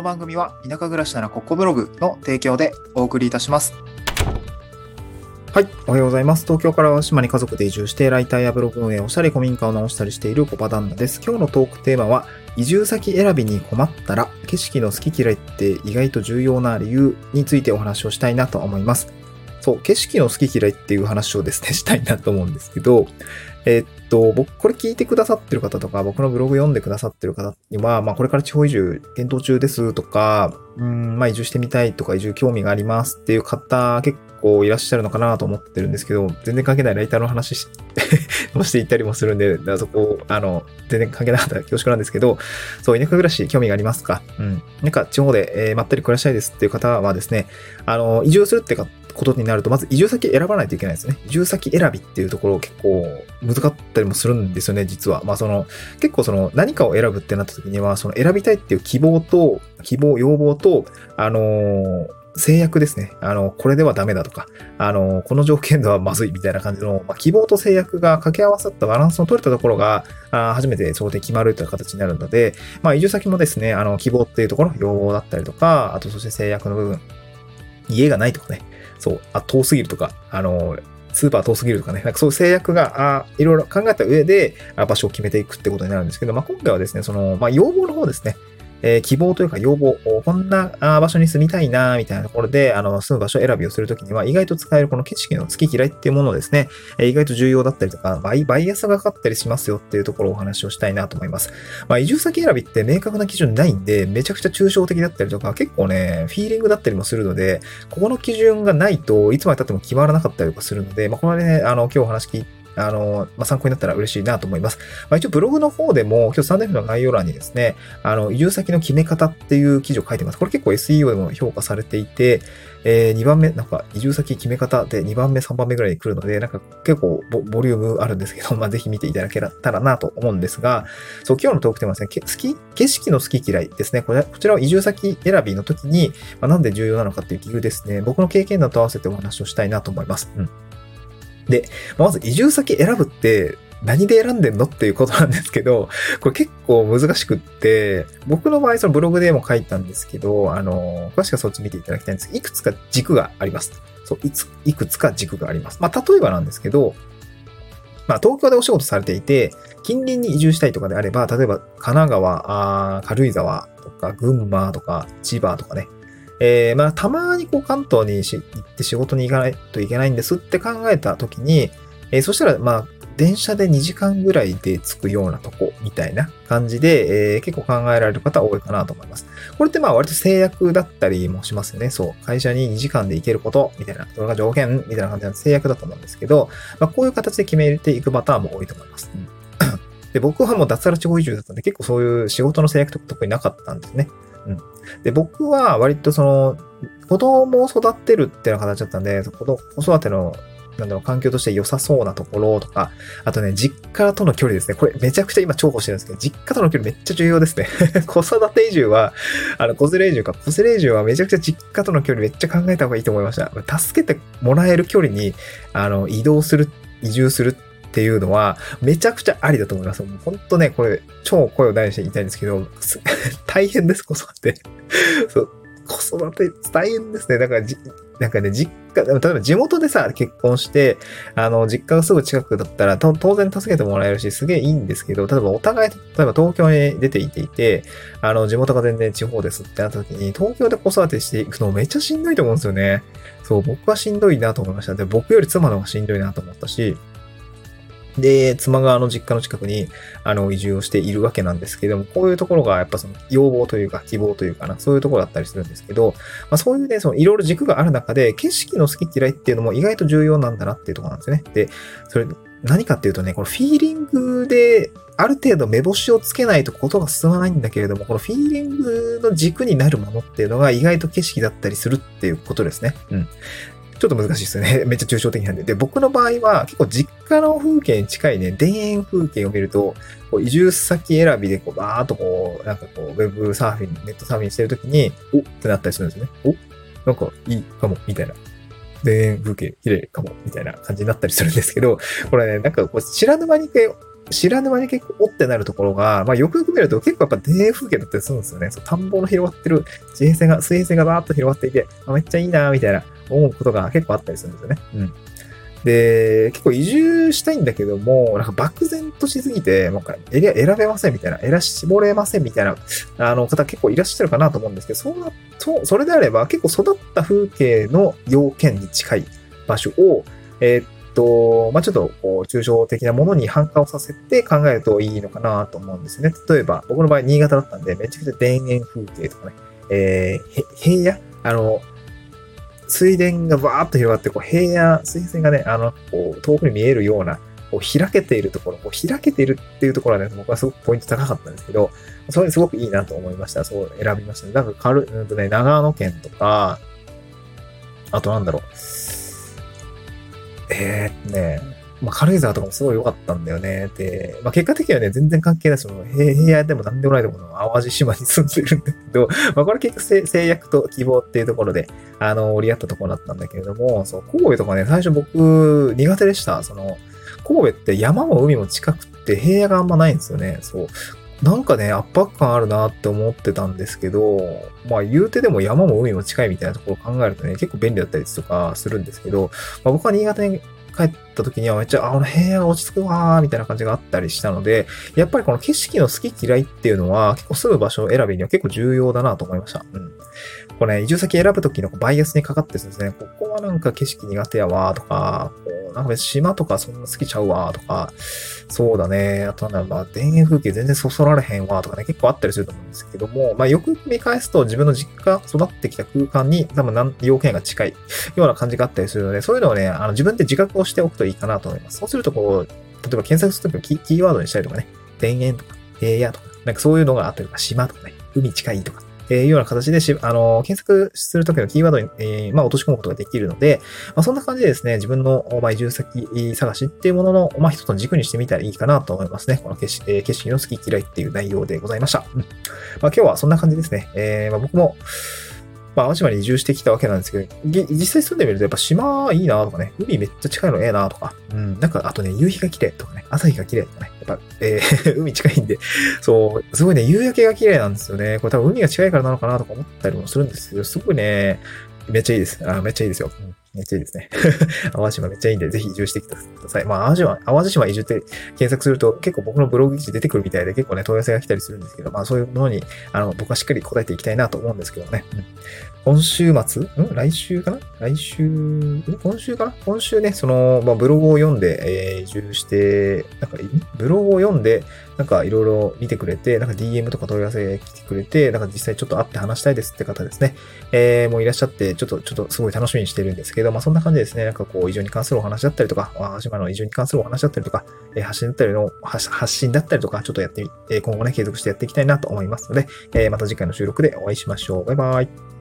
番組は田舎暮らしならここブログの提供でお送りいたします。はい、おはようございます。東京からは島に家族で移住してライターやブログ運営をしたり古民家を直したりしているコバ旦那です。今日のトークテーマは移住先選びに困ったら景色の好き嫌いって意外と重要な理由についてお話をしたいなと思います。そう、景色の好き嫌いっていう話をですね、したいなと思うんですけど、僕、これ聞いてくださってる方とか、僕のブログ読んでくださってる方には、これから地方移住検討中ですとか、移住してみたいとか、移住興味がありますっていう方、結構いらっしゃるのかなと思ってるんですけど、全然関係ないライターの話もしていったりもするんで、そこ、全然関係なかったら恐縮なんですけど、そう、田舎暮らし興味がありますか？なんか地方で、まったり暮らしたいですっていう方はですね、移住するってことになると、まず移住先選ばないといけないですね。移住先選びっていうところ結構難かったりもするんですよね、実は。結構何かを選ぶってなった時には、選びたいっていう希望、要望と、制約ですね。これではダメだとか、この条件ではまずいみたいな感じの、希望と制約が掛け合わさったバランスの取れたところが、初めて想定決まるという形になるので、移住先もですね、希望っていうところ、要望だったりとか、あとそして制約の部分、家がないとかね、そう、遠すぎるとか、スーパー遠すぎるとかね、なんかそういう制約が、いろいろ考えた上で、場所を決めていくってことになるんですけど、今回はですね、要望の方ですね、希望というか要望、こんな場所に住みたいな、みたいなところで、住む場所選びをするときには、意外と使えるこの景色の好き嫌いっていうものをですね、意外と重要だったりとか、バイアスがかかったりしますよっていうところをお話をしたいなと思います。移住先選びって明確な基準ないんで、めちゃくちゃ抽象的だったりとか、結構ね、フィーリングだったりもするので、ここの基準がないといつまで経っても決まらなかったりとかするので、これね、今日お話聞いて、参考になったら嬉しいなと思います。一応ブログの方でも、今日サンデーフの概要欄にですね、移住先の決め方っていう記事を書いてます。これ結構 SEO でも評価されていて、2番目、なんか移住先決め方で2番目、3番目ぐらいに来るので、なんか結構ボリュームあるんですけど、ぜひ見ていただけたらなと思うんですが、そう、今日のトークテーマはですね、景色の好き嫌いですね。こちらは移住先選びの時に、なんで重要なのかっていう理由ですね。僕の経験談と合わせてお話をしたいなと思います。で、まず移住先選ぶって何で選んでんのっていうことなんですけど、これ結構難しくって、僕の場合そのブログでも書いたんですけど、詳しくはそっち見ていただきたいんですけど、いくつか軸があります。そう、いくつか軸があります。例えばなんですけど、東京でお仕事されていて、近隣に移住したいとかであれば、例えば神奈川、軽井沢とか群馬とか千葉とかね、たまに関東に行って仕事に行かないといけないんですって考えたときに、そしたら電車で2時間ぐらいで着くようなとこみたいな感じで、結構考えられる方多いかなと思います。これって割と制約だったりもしますよね。そう。会社に2時間で行けることみたいな、それが条件みたいな感じの制約だと思うんですけど、こういう形で決めていくパターンも多いと思います。で、僕はもう脱サラ地方移住だったんで結構そういう仕事の制約とか特になかったんですね。で、僕は割と子供を育てるっていうような形だったんで、子育ての、環境として良さそうなところとか、あとね、実家との距離ですね。これめちゃくちゃ今重宝してるんですけど、実家との距離めっちゃ重要ですね。子育て移住は、子連れ移住か。子連れ移住はめちゃくちゃ実家との距離めっちゃ考えた方がいいと思いました。助けてもらえる距離に、移住するっていうのは、めちゃくちゃありだと思います。もう本当ね、これ、超声を大にして言いたいんですけど、大変です、子育て。そう。子育て大変ですね。だからなんかね、例えば地元でさ、結婚して、実家がすぐ近くだったら、当然助けてもらえるし、すげえいいんですけど、例えばお互い、例えば東京に出ていていて、地元が全然地方ですってなった時に、東京で子育てしていくのめっちゃしんどいと思うんですよね。そう、僕はしんどいなと思いました。で、僕より妻の方がしんどいなと思ったし、で、妻側の実家の近くに、移住をしているわけなんですけども、こういうところがやっぱ要望というか希望というかな、そういうところだったりするんですけど、そういうね、いろいろ軸がある中で、景色の好き嫌いっていうのも意外と重要なんだなっていうところなんですね。で、それ、何かっていうとね、このフィーリングで、ある程度目星をつけないとことが進まないんだけれども、このフィーリングの軸になるものっていうのが意外と景色だったりするっていうことですね。ちょっと難しいですよね。めっちゃ抽象的なんで。で、僕の場合は結構実家の風景に近いね、田園風景を見ると、移住先選びでバーっとウェブサーフィン、ネットサーフィンしてるときに、おってなったりするんですよね。なんかいいかも、みたいな。田園風景綺麗かも、みたいな感じになったりするんですけど、これね、知らぬ間に知らぬ間に結構おってなるところが、まあよくよく見ると結構やっぱ田園風景だったりするんですよね。そう田んぼの広がってる水平線がバーッと広がっていて、めっちゃいいなみたいな思うことが結構あったりするんですよね。うん。で、結構移住したいんだけども、なんか漠然としすぎて、なんかエリア選べませんみたいな、エラ絞れませんみたいな、方結構いらっしゃるかなと思うんですけど、それであれば結構育った風景の要件に近い場所を、まあ、ちょっと、こう、抽象的なものに反化をさせて考えるといいのかなと思うんですね。例えば、僕の場合、新潟だったんで、めちゃくちゃ田園風景とかね、平野水田がバーッと広がって、こう平野、水田がね、こう遠くに見えるような、こう開けているところ、こう開けているっていうところはね、僕はすごくポイント高かったんですけど、それすごくいいなと思いました。そう選びましたね。なんか長野県とか、あとなんだろう。ね、まあ、軽井沢とかもすごい良かったんだよね。で、まあ、結果的にはね、全然関係ない、平野でも何でもないところの淡路島に住んでるんだけど、まあ、これ結局制約と希望っていうところで、折り合ったところだったんだけれども、そう、神戸とかね、最初僕、苦手でした。神戸って山も海も近くって平野があんまないんですよね。そう。なんかね、圧迫感あるなって思ってたんですけど、まあ言うてでも山も海も近いみたいなところを考えるとね、結構便利だったりとかするんですけど、まあ、僕は新潟に帰った時にはめっちゃ、平野が落ち着くわーみたいな感じがあったりしたので、やっぱりこの景色の好き嫌いっていうのは結構住む場所選びには結構重要だなと思いました。うん。これね、移住先選ぶ時のバイアスにかかってですね、ここはなんか景色苦手やわーとか、なんか別に島とかそんな好きちゃうわーとか、そうだね。あとなんだろう、まあ、田園風景全然そそられへんわとかね、結構あったりすると思うんですけども、まあ、よく見返すと自分の実家、育ってきた空間に多分要件が近いような感じがあったりするので、そういうのをね、自分で自覚をしておくといいかなと思います。そうするとこう、例えば検索するときのキーワードにしたりとかね、田園とか、平野とか、なんかそういうのがあったりとか、島とかね、海近いとか、いうような形で検索するときのキーワードに、まあ、落とし込むことができるので、まあ、そんな感じでですね、自分の、まあ、移住先探しっていうものの、まあ、一つの軸にしてみたらいいかなと思いますね。この景色の好き嫌いっていう内容でございました。うん。まあ、今日はそんな感じですね。まあ、僕も、まあ、淡路島に移住してきたわけなんですけど、実際住んでみるとやっぱ島いいなとかね、海めっちゃ近いのええなとか、うん、なんかあとね、夕日が綺麗とかね、朝日が綺麗とかね、やっぱ、海近いんで、そう、すごいね、夕焼けが綺麗なんですよね。これ多分海が近いからなのかなとか思ったりもするんですけど、すごいね、めっちゃいいです。めっちゃいいですよ。うん、めっちゃいいですね。淡路島めっちゃいいんで、ぜひ移住してきてください。まあ、淡路島移住って検索すると結構僕のブログ記事出てくるみたいで結構ね、問い合わせが来たりするんですけど、まあそういうものに、僕はしっかり答えていきたいなと思うんですけどね。うん、今週末来週かな今週かな今週ね、まあ、ブログを読んで、移住して、なんか、ブログを読んで、なんかいろいろ見てくれて、なんか DM とか問い合わせ来てくれて、なんか実際ちょっと会って話したいですって方ですね。もういらっしゃって、ちょっとすごい楽しみにしてるんですけど、まあそんな感じですね。なんかこう、移住に関するお話だったりとか、島の移住に関するお話だったりとか、発信だったりとか、ちょっと今後ね、継続してやっていきたいなと思いますので、また次回の収録でお会いしましょう。バイバイ。